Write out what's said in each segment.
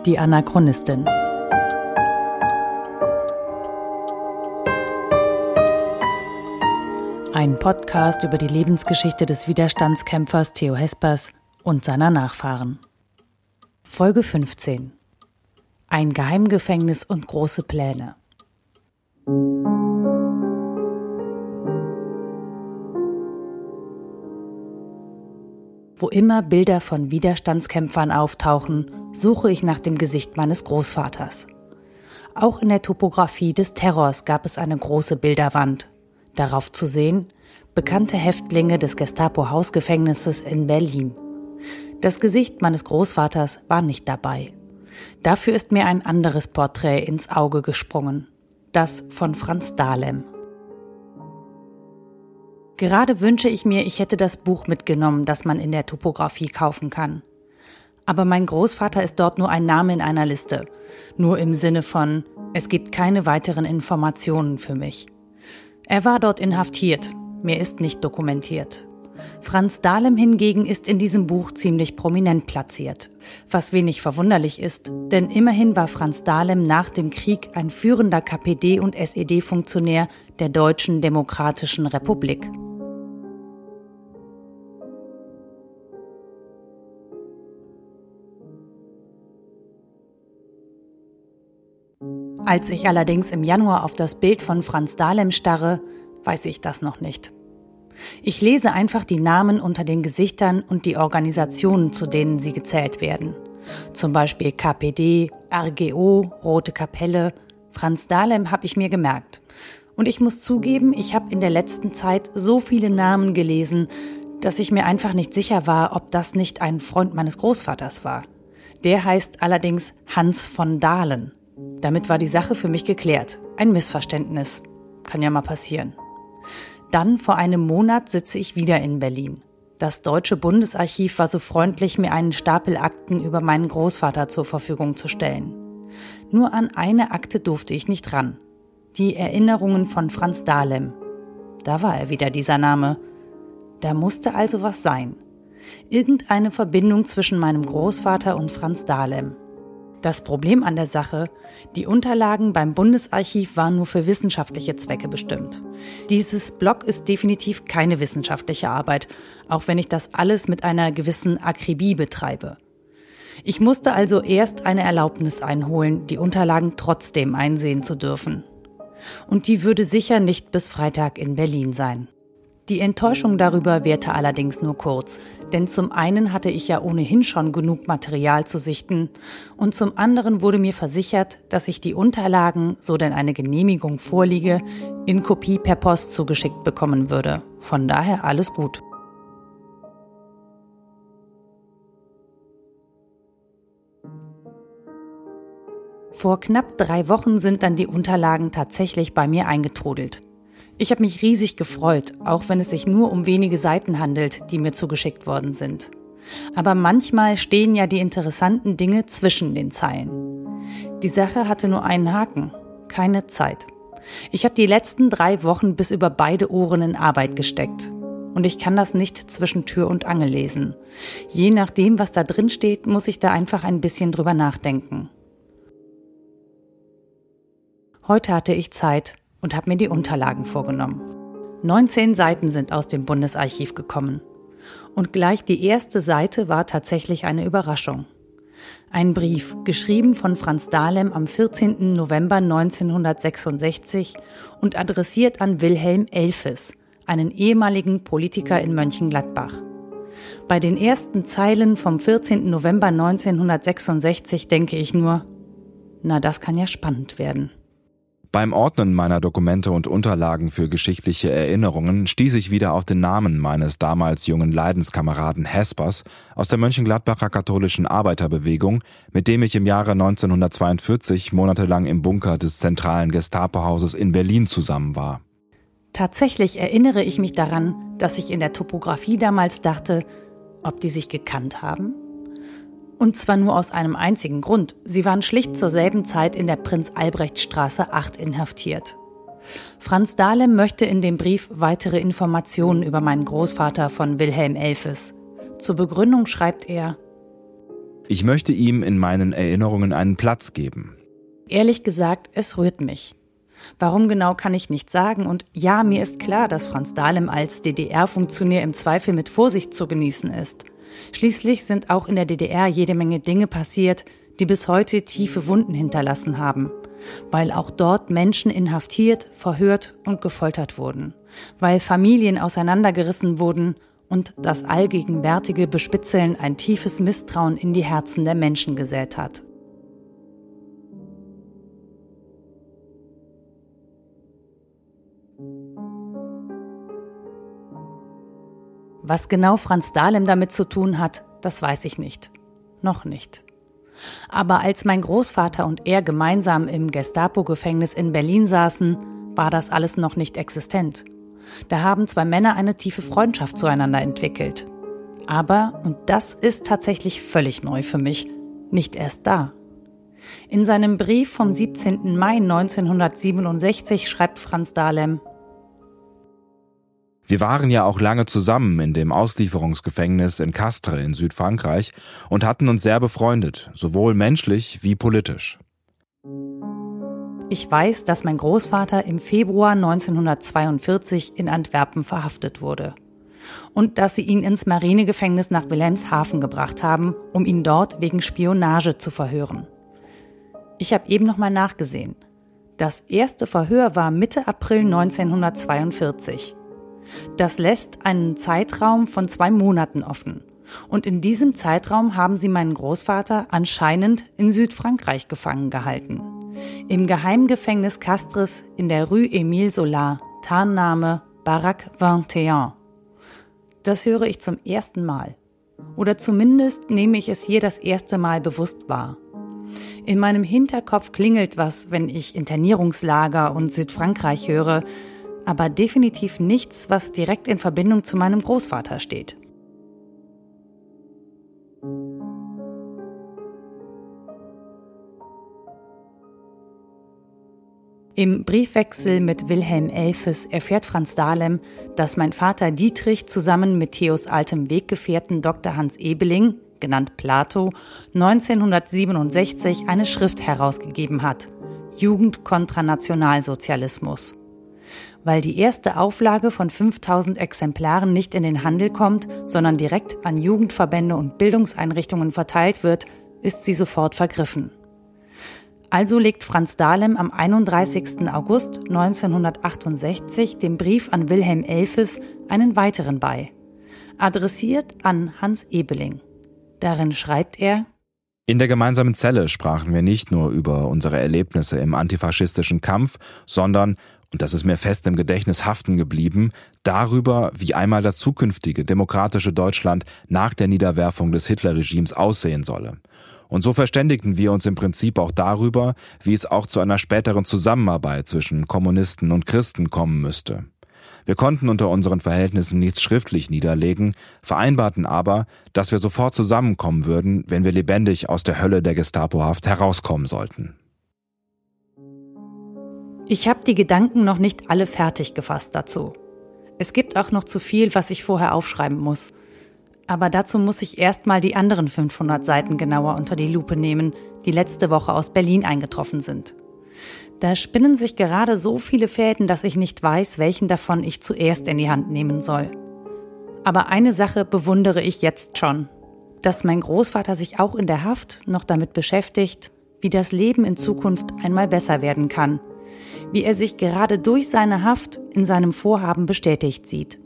Die Anachronistin. Ein Podcast über die Lebensgeschichte des Widerstandskämpfers Theo Hespers und seiner Nachfahren. Folge 15. Ein Geheimgefängnis und große Pläne. Wo immer Bilder von Widerstandskämpfern auftauchen, suche ich nach dem Gesicht meines Großvaters. Auch in der Topographie des Terrors gab es eine große Bilderwand. Darauf zu sehen, bekannte Häftlinge des Gestapo-Hausgefängnisses in Berlin. Das Gesicht meines Großvaters war nicht dabei. Dafür ist mir ein anderes Porträt ins Auge gesprungen. Das von Franz Dahlem. Gerade wünsche ich mir, ich hätte das Buch mitgenommen, das man in der Topographie kaufen kann. Aber mein Großvater ist dort nur ein Name in einer Liste. Nur im Sinne von, es gibt keine weiteren Informationen für mich. Er war dort inhaftiert, mir ist nicht dokumentiert. Franz Dahlem hingegen ist in diesem Buch ziemlich prominent platziert. Was wenig verwunderlich ist, denn immerhin war Franz Dahlem nach dem Krieg ein führender KPD- und SED-Funktionär der Deutschen Demokratischen Republik. Als ich allerdings im Januar auf das Bild von Franz Dahlem starre, weiß ich das noch nicht. Ich lese einfach die Namen unter den Gesichtern und die Organisationen, zu denen sie gezählt werden. Zum Beispiel KPD, RGO, Rote Kapelle. Franz Dahlem habe ich mir gemerkt. Und ich muss zugeben, ich habe in der letzten Zeit so viele Namen gelesen, dass ich mir einfach nicht sicher war, ob das nicht ein Freund meines Großvaters war. Der heißt allerdings Hans von Dahlen. Damit war die Sache für mich geklärt. Ein Missverständnis. Kann ja mal passieren. Dann, vor einem Monat, sitze ich wieder in Berlin. Das Deutsche Bundesarchiv war so freundlich, mir einen Stapel Akten über meinen Großvater zur Verfügung zu stellen. Nur an eine Akte durfte ich nicht ran. Die Erinnerungen von Franz Dahlem. Da war er wieder, dieser Name. Da musste also was sein. Irgendeine Verbindung zwischen meinem Großvater und Franz Dahlem. Das Problem an der Sache, die Unterlagen beim Bundesarchiv waren nur für wissenschaftliche Zwecke bestimmt. Dieses Blog ist definitiv keine wissenschaftliche Arbeit, auch wenn ich das alles mit einer gewissen Akribie betreibe. Ich musste also erst eine Erlaubnis einholen, die Unterlagen trotzdem einsehen zu dürfen. Und die würde sicher nicht bis Freitag in Berlin sein. Die Enttäuschung darüber währte allerdings nur kurz, denn zum einen hatte ich ja ohnehin schon genug Material zu sichten und zum anderen wurde mir versichert, dass ich die Unterlagen, so denn eine Genehmigung vorliege, in Kopie per Post zugeschickt bekommen würde. Von daher alles gut. Vor knapp 3 Wochen sind dann die Unterlagen tatsächlich bei mir eingetrudelt. Ich habe mich riesig gefreut, auch wenn es sich nur um wenige Seiten handelt, die mir zugeschickt worden sind. Aber manchmal stehen ja die interessanten Dinge zwischen den Zeilen. Die Sache hatte nur einen Haken: keine Zeit. Ich habe die letzten 3 Wochen bis über beide Ohren in Arbeit gesteckt. Und ich kann das nicht zwischen Tür und Angel lesen. Je nachdem, was da drin steht, muss ich da einfach ein bisschen drüber nachdenken. Heute hatte ich Zeit und habe mir die Unterlagen vorgenommen. 19 Seiten sind aus dem Bundesarchiv gekommen. Und gleich die erste Seite war tatsächlich eine Überraschung. Ein Brief, geschrieben von Franz Dahlem am 14. November 1966 und adressiert an Wilhelm Elfes, einen ehemaligen Politiker in Mönchengladbach. Bei den ersten Zeilen vom 14. November 1966 denke ich nur, na, das kann ja spannend werden. Beim Ordnen meiner Dokumente und Unterlagen für geschichtliche Erinnerungen stieß ich wieder auf den Namen meines damals jungen Leidenskameraden Hespers aus der Mönchengladbacher katholischen Arbeiterbewegung, mit dem ich im Jahre 1942 monatelang im Bunker des zentralen Gestapo-Hauses in Berlin zusammen war. Tatsächlich erinnere ich mich daran, dass ich in der Topographie damals dachte, ob die sich gekannt haben? Und zwar nur aus einem einzigen Grund. Sie waren schlicht zur selben Zeit in der Prinz-Albrecht-Straße 8 inhaftiert. Franz Dahlem möchte in dem Brief weitere Informationen über meinen Großvater von Wilhelm Elfes. Zur Begründung schreibt er: Ich möchte ihm in meinen Erinnerungen einen Platz geben. Ehrlich gesagt, es rührt mich. Warum genau, kann ich nicht sagen. Und ja, mir ist klar, dass Franz Dahlem als DDR-Funktionär im Zweifel mit Vorsicht zu genießen ist. Schließlich sind auch in der DDR jede Menge Dinge passiert, die bis heute tiefe Wunden hinterlassen haben. Weil auch dort Menschen inhaftiert, verhört und gefoltert wurden. Weil Familien auseinandergerissen wurden und das allgegenwärtige Bespitzeln ein tiefes Misstrauen in die Herzen der Menschen gesät hat. Was genau Franz Dahlem damit zu tun hat, das weiß ich nicht. Noch nicht. Aber als mein Großvater und er gemeinsam im Gestapo-Gefängnis in Berlin saßen, war das alles noch nicht existent. Da haben zwei Männer eine tiefe Freundschaft zueinander entwickelt. Aber, und das ist tatsächlich völlig neu für mich, nicht erst da. In seinem Brief vom 17. Mai 1967 schreibt Franz Dahlem: Wir waren ja auch lange zusammen in dem Auslieferungsgefängnis in Castres in Südfrankreich und hatten uns sehr befreundet, sowohl menschlich wie politisch. Ich weiß, dass mein Großvater im Februar 1942 in Antwerpen verhaftet wurde und dass sie ihn ins Marinegefängnis nach Wilhelmshaven gebracht haben, um ihn dort wegen Spionage zu verhören. Ich habe eben nochmal nachgesehen. Das erste Verhör war Mitte April 1942. Das lässt einen Zeitraum von 2 Monaten offen. Und in diesem Zeitraum haben sie meinen Großvater anscheinend in Südfrankreich gefangen gehalten. Im Geheimgefängnis Castres in der Rue Émile Zola, Tarnname Baraque 21. Das höre ich zum ersten Mal. Oder zumindest nehme ich es hier das erste Mal bewusst wahr. In meinem Hinterkopf klingelt was, wenn ich Internierungslager und Südfrankreich höre, aber definitiv nichts, was direkt in Verbindung zu meinem Großvater steht. Im Briefwechsel mit Wilhelm Elfes erfährt Franz Dahlem, dass mein Vater Dietrich zusammen mit Theos altem Weggefährten Dr. Hans Ebeling, genannt Plato, 1967 eine Schrift herausgegeben hat: Jugend kontra Nationalsozialismus. Weil die erste Auflage von 5000 Exemplaren nicht in den Handel kommt, sondern direkt an Jugendverbände und Bildungseinrichtungen verteilt wird, ist sie sofort vergriffen. Also legt Franz Dahlem am 31. August 1968 dem Brief an Wilhelm Elfes einen weiteren bei, adressiert an Hans Ebeling. Darin schreibt er: In der gemeinsamen Zelle sprachen wir nicht nur über unsere Erlebnisse im antifaschistischen Kampf, sondern, und das ist mir fest im Gedächtnis haften geblieben, darüber, wie einmal das zukünftige demokratische Deutschland nach der Niederwerfung des Hitlerregimes aussehen solle. Und so verständigten wir uns im Prinzip auch darüber, wie es auch zu einer späteren Zusammenarbeit zwischen Kommunisten und Christen kommen müsste. Wir konnten unter unseren Verhältnissen nichts schriftlich niederlegen, vereinbarten aber, dass wir sofort zusammenkommen würden, wenn wir lebendig aus der Hölle der Gestapohaft herauskommen sollten. Ich habe die Gedanken noch nicht alle fertig gefasst dazu. Es gibt auch noch zu viel, was ich vorher aufschreiben muss. Aber dazu muss ich erstmal die anderen 500 Seiten genauer unter die Lupe nehmen, die letzte Woche aus Berlin eingetroffen sind. Da spinnen sich gerade so viele Fäden, dass ich nicht weiß, welchen davon ich zuerst in die Hand nehmen soll. Aber eine Sache bewundere ich jetzt schon: dass mein Großvater sich auch in der Haft noch damit beschäftigt, wie das Leben in Zukunft einmal besser werden kann, wie er sich gerade durch seine Haft in seinem Vorhaben bestätigt sieht.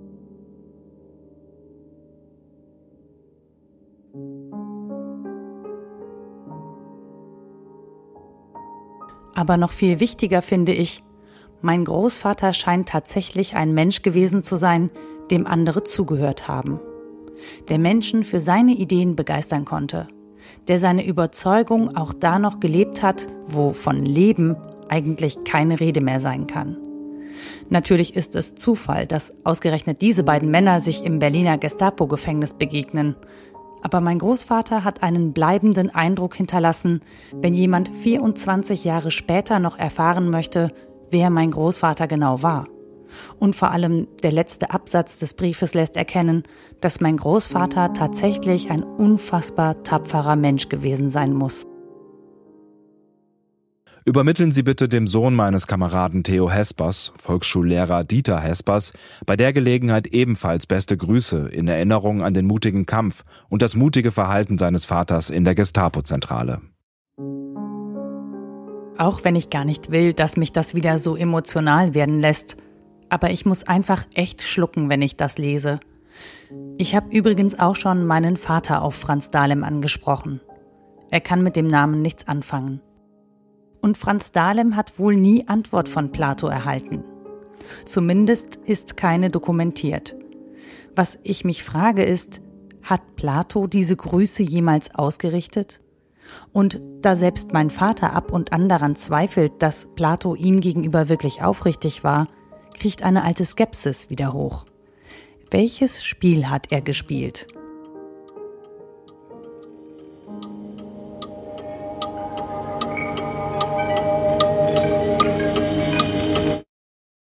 Aber noch viel wichtiger finde ich, mein Großvater scheint tatsächlich ein Mensch gewesen zu sein, dem andere zugehört haben. Der Menschen für seine Ideen begeistern konnte. Der seine Überzeugung auch da noch gelebt hat, wo von Leben eigentlich keine Rede mehr sein kann. Natürlich ist es Zufall, dass ausgerechnet diese beiden Männer sich im Berliner Gestapo-Gefängnis begegnen. Aber mein Großvater hat einen bleibenden Eindruck hinterlassen, wenn jemand 24 Jahre später noch erfahren möchte, wer mein Großvater genau war. Und vor allem der letzte Absatz des Briefes lässt erkennen, dass mein Großvater tatsächlich ein unfassbar tapferer Mensch gewesen sein muss. Übermitteln Sie bitte dem Sohn meines Kameraden Theo Hespers, Volksschullehrer Dieter Hespers, bei der Gelegenheit ebenfalls beste Grüße in Erinnerung an den mutigen Kampf und das mutige Verhalten seines Vaters in der Gestapo-Zentrale. Auch wenn ich gar nicht will, dass mich das wieder so emotional werden lässt. Aber ich muss einfach echt schlucken, wenn ich das lese. Ich habe übrigens auch schon meinen Vater auf Franz Dahlem angesprochen. Er kann mit dem Namen nichts anfangen. Und Franz Dahlem hat wohl nie Antwort von Plato erhalten. Zumindest ist keine dokumentiert. Was ich mich frage ist, hat Plato diese Grüße jemals ausgerichtet? Und da selbst mein Vater ab und an daran zweifelt, dass Plato ihm gegenüber wirklich aufrichtig war, kriecht eine alte Skepsis wieder hoch. Welches Spiel hat er gespielt?